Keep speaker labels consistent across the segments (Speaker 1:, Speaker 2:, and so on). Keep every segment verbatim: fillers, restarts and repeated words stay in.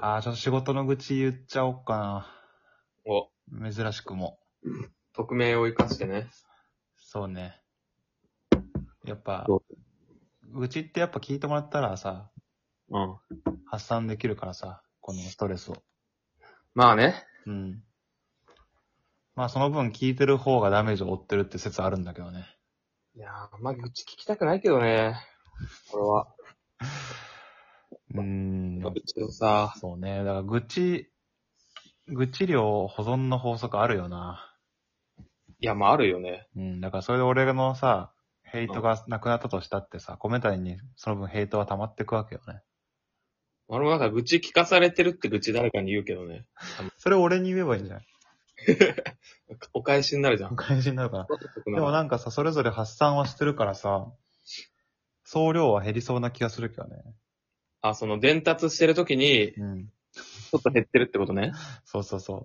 Speaker 1: ああ、ちょっと仕事の愚痴言っちゃおうか
Speaker 2: お、
Speaker 1: な。珍しくも。
Speaker 2: 匿名を生かしてね。
Speaker 1: そうね。やっぱ
Speaker 2: ど、
Speaker 1: 愚痴ってやっぱ聞いてもらったらさ、
Speaker 2: うん。
Speaker 1: 発散できるからさ、このストレスを。
Speaker 2: まあね。
Speaker 1: うん。まあその分聞いてる方がダメージを負ってるって説あるんだけどね。
Speaker 2: いやー、あんま愚痴聞きたくないけどね。これは。
Speaker 1: うーん。
Speaker 2: 愚痴をさ、
Speaker 1: そうね。だから愚痴、愚痴量保存の法則あるよな。
Speaker 2: いや、まああるよね。
Speaker 1: うん。だからそれで俺のさ、ヘイト
Speaker 2: うん。
Speaker 1: がなくなったとしたってさ、コメンタリーにその分ヘイトは溜まってくわけよね。
Speaker 2: 俺もなんか愚痴聞かされてるって愚痴誰かに言うけどね。
Speaker 1: それ俺に言えばいいんじゃない？
Speaker 2: お返しになるじゃん。
Speaker 1: お返しになるから。で
Speaker 2: で
Speaker 1: もなんかさ、それぞれ発散はしてるからさ、総量は減りそうな気がするけどね。
Speaker 2: あ、その伝達してる時に、
Speaker 1: うん。
Speaker 2: ちょっと減ってるってことね。
Speaker 1: そうそうそう。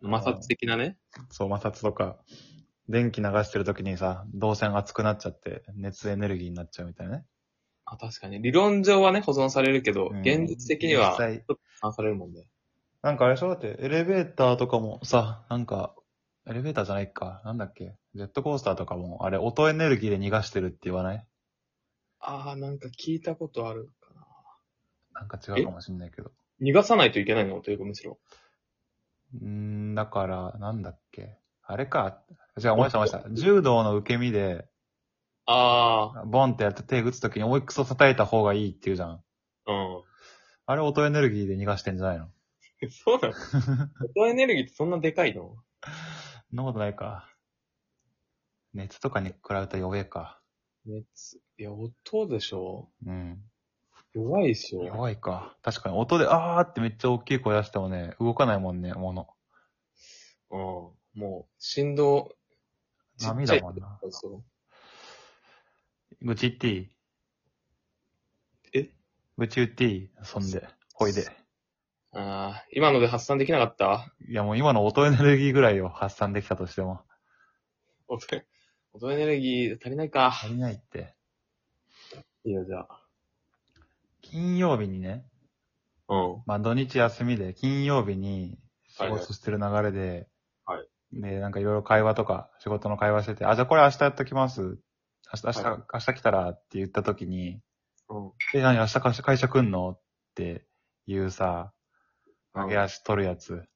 Speaker 2: 摩擦的なね。
Speaker 1: そう、摩擦とか、電気流してる時にさ、導線熱くなっちゃって、熱エネルギーになっちゃうみたいなね。
Speaker 2: あ、確かに。理論上はね、保存されるけど、
Speaker 1: うん
Speaker 2: 現実的には、
Speaker 1: 実際
Speaker 2: ちょっと保存されるもんね。
Speaker 1: なんかあれでしょだってエレベーターとかもさ、なんか、エレベーターじゃないか。なんだっけジェットコースターとかも、あれ、音エネルギーで逃がしてるって言わない？
Speaker 2: ああ、なんか聞いたことあるかな。
Speaker 1: なんか違うかもしんないけど。
Speaker 2: 逃がさないといけないのというか、むしろ。
Speaker 1: うーん、だから、なんだっけあれか。じゃあ思い出した思い出した。柔道の受け身で、
Speaker 2: あ
Speaker 1: ボンってやって手打つときに思いっくそ叩いた方がいいって言うじゃん。
Speaker 2: あ、うん。
Speaker 1: あれ音エネルギーで逃がしてんじゃないの？
Speaker 2: そうなの？音エネルギーってそんなでかいの？
Speaker 1: そんなことないか。熱とかに比べたら弱えか。
Speaker 2: 熱。いや、音でしょ？
Speaker 1: うん。
Speaker 2: 弱いでしょ？
Speaker 1: 弱いか。確かに音であーってめっちゃ大きい声出してもね、動かないもんね、もの。
Speaker 2: うん。もう、振動、ちっちゃい。
Speaker 1: 波だもんな。
Speaker 2: そ
Speaker 1: 愚痴言っていい？
Speaker 2: え
Speaker 1: 愚痴言っていい？そんで。ほいで。
Speaker 2: う。ああ、今ので発散できなかった？
Speaker 1: いやもう今の音エネルギーぐらいを発散できたとしても。
Speaker 2: 音、音エネルギー足りないか。
Speaker 1: 足りないって。
Speaker 2: いいよ、じゃあ。
Speaker 1: 金曜日にね、
Speaker 2: うん。
Speaker 1: まあ土日休みで、金曜日に仕
Speaker 2: はいはい
Speaker 1: 事してる流れで、
Speaker 2: はい
Speaker 1: で、なんかいろいろ会話とか、仕事の会話してて、あ、じゃあこれ明日やっときます。明日、明日、
Speaker 2: はい
Speaker 1: 明日来たらって言った時に、
Speaker 2: うん。
Speaker 1: え、何明日会社会社来んのっていうさ、
Speaker 2: うん
Speaker 1: 上げ足取るやつ。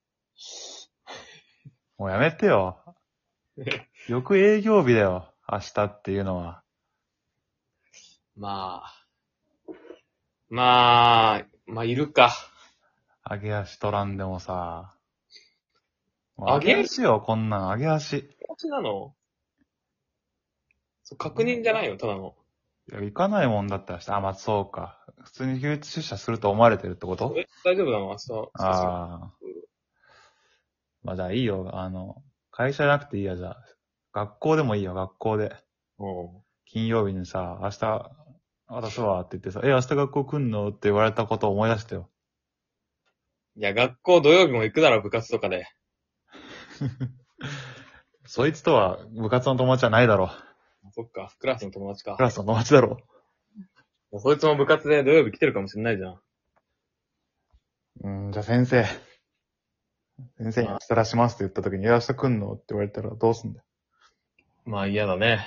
Speaker 1: もうやめてよ。よく営業日だよ。明日っていうのは。
Speaker 2: まあ。まあ、まあ、いるか。
Speaker 1: 上げ足取らんでもさ。もう上
Speaker 2: 上げ
Speaker 1: げ足よ、こんなん上げ足。い
Speaker 2: 気持ちなの？そう、確認じゃないよ、ただの。
Speaker 1: や、行かないもんだって明日。あ、まあそうか。普通に休日出社すると思われてるってこと？
Speaker 2: え、大丈夫なの？明日、さすが。
Speaker 1: ああ。まあじゃあいいよ。あの、会社じゃなくていいや、じゃあ。学校でもいいよ、学校で。
Speaker 2: うん。
Speaker 1: 金曜日にさ、明日、私はって言ってさ、え、明日学校来んのって言われたことを思い出してよ。
Speaker 2: いや、学校土曜日も行くだろ、部活とかで。
Speaker 1: そいつとは部活の友達はないだろ。
Speaker 2: そっか、クラスの友達か。
Speaker 1: クラスの友達だろ。
Speaker 2: もうそいつも部活で土曜日来てるかもしれないじゃん。
Speaker 1: うん、じゃあ先生。先生に明日出しますって言った時に、いや、明日来んのって言われたらどうすんだよ。
Speaker 2: まあ嫌だね。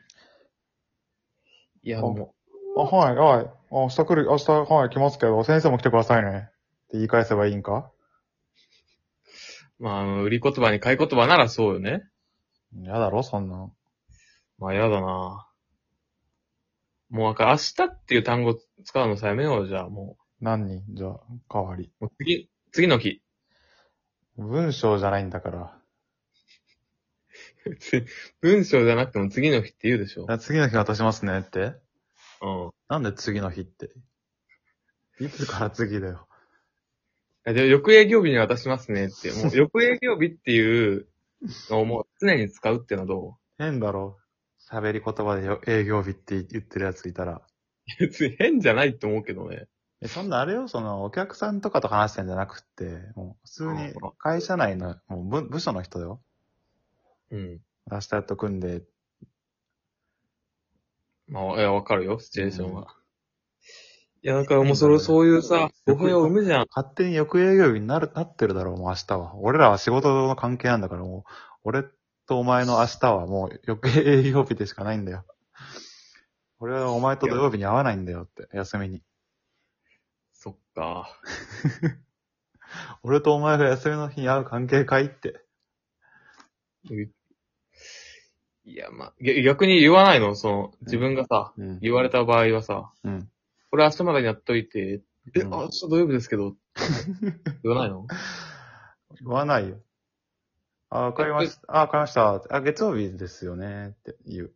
Speaker 2: いや、でも、
Speaker 1: あ、はい、はい。あ、明日来る、明日、はい、来ますけど、先生も来てくださいね。って言い返せばいいんか？
Speaker 2: まあ、あの売り言葉に買い言葉ならそうよね。
Speaker 1: やだろ、そんなん。
Speaker 2: まあ嫌だな。もうなんか明日っていう単語使うのさやめよう、じゃあも
Speaker 1: 何にじゃあ、代わり。
Speaker 2: う。もう次、次の日。
Speaker 1: 文章じゃないんだから。
Speaker 2: 文章じゃなくても次の日って言うでしょ。
Speaker 1: 次の日渡しますねって
Speaker 2: うん。
Speaker 1: なんで次の日って。いつから次だよ。
Speaker 2: えで、翌営業日に渡しますねって。もう、翌営業日っていうのをもう常に使うっていうのはど
Speaker 1: 変だろ。喋り言葉でよ営業日って言ってるやついたら。
Speaker 2: う？別に変じゃないと思うけどね。
Speaker 1: え、そんなあれよ、その、お客さんとかと話してんじゃなくって、もう、普通に会社内の、もう部、部署の人よ。
Speaker 2: うん。
Speaker 1: 明日やっと組んで、
Speaker 2: まあ、いや、わかるよ、シチュエーションは。 いや、だからもうそれ、そういうさ、語弊を生むじゃん。
Speaker 1: 勝手に翌営業日になる、なってるだろう、もう明日は。俺らは仕事の関係なんだから、もう、俺とお前の明日はもう翌営業日でしかないんだよ。俺はお前と土曜日に会わないんだよって、休みに。
Speaker 2: そっか。
Speaker 1: 俺とお前が休みの日に会う関係かいって。
Speaker 2: いや、まあ、逆逆に言わないのその、自分がさ、
Speaker 1: うん。
Speaker 2: 言われた場合はさ、
Speaker 1: うん。
Speaker 2: これ明日までにやっといて、え、
Speaker 1: うん
Speaker 2: あ明日土曜日ですけど、言わないの
Speaker 1: 言わないよ。あ、わかりました。あ、わかりました。あ、月曜日ですよねって言う。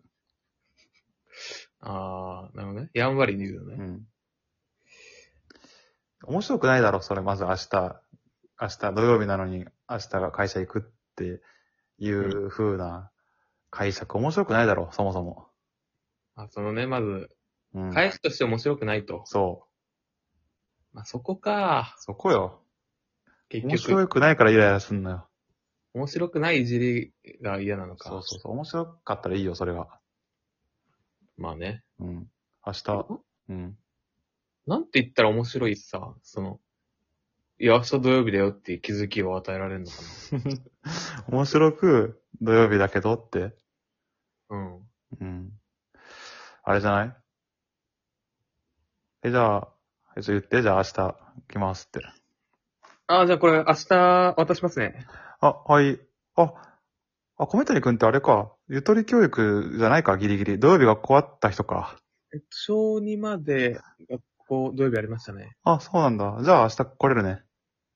Speaker 2: あー、なるほどね。やんわりに言うよね。
Speaker 1: うん。面白くないだろ、それ、まず明日。明日土曜日なのに明日が会社行くっていう風な解釈、面白くないだろ、そもそも。
Speaker 2: あ、そのね、まず、
Speaker 1: うん。
Speaker 2: 返しとして面白くないと。
Speaker 1: そう。
Speaker 2: まあ、そこか。
Speaker 1: そこよ。
Speaker 2: 結
Speaker 1: 面
Speaker 2: 局、
Speaker 1: 白くないからイライラすんのよ。
Speaker 2: 面白くないいじりが嫌なのか。
Speaker 1: そうそうそう。面白かったらいいよ、それが。
Speaker 2: まあね。
Speaker 1: うん。明日。うん。
Speaker 2: なんて言ったら面白いさ、その、いや、明日土曜日だよっていう気づきを与えられるのか
Speaker 1: 面白く土曜日だけどって。
Speaker 2: な。うん。
Speaker 1: うん。あれじゃないえ、じゃあ、え、ちょ言って、じゃあ明日来ますって。
Speaker 2: あ、じゃあこれ明日渡しますね。
Speaker 1: あ、はい。あ、あ、米谷くんってあれか。ゆとり教育じゃないか、ギリギリ。土曜日学校あった人か。
Speaker 2: えっと、小にまで学校土曜日ありましたね。
Speaker 1: あ、そうなんだ。じゃあ明日来れるね。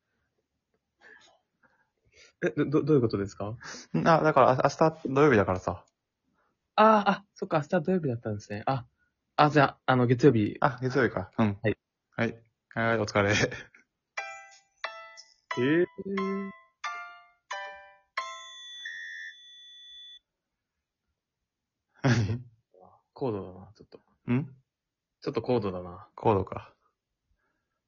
Speaker 2: え、ど、どどういうことですか？
Speaker 1: んあ、だからあ明日土曜日だからさ。
Speaker 2: ああ、あ、そっか、明日土曜日だったんですね。あ、あ、じゃあ、あの、月曜日。
Speaker 1: あ、月曜日か。うん。
Speaker 2: はい。
Speaker 1: はい。はい、お疲れ。
Speaker 2: ええ高度だな、ちょっと。
Speaker 1: ん
Speaker 2: ちょっと高度だな。
Speaker 1: コードか。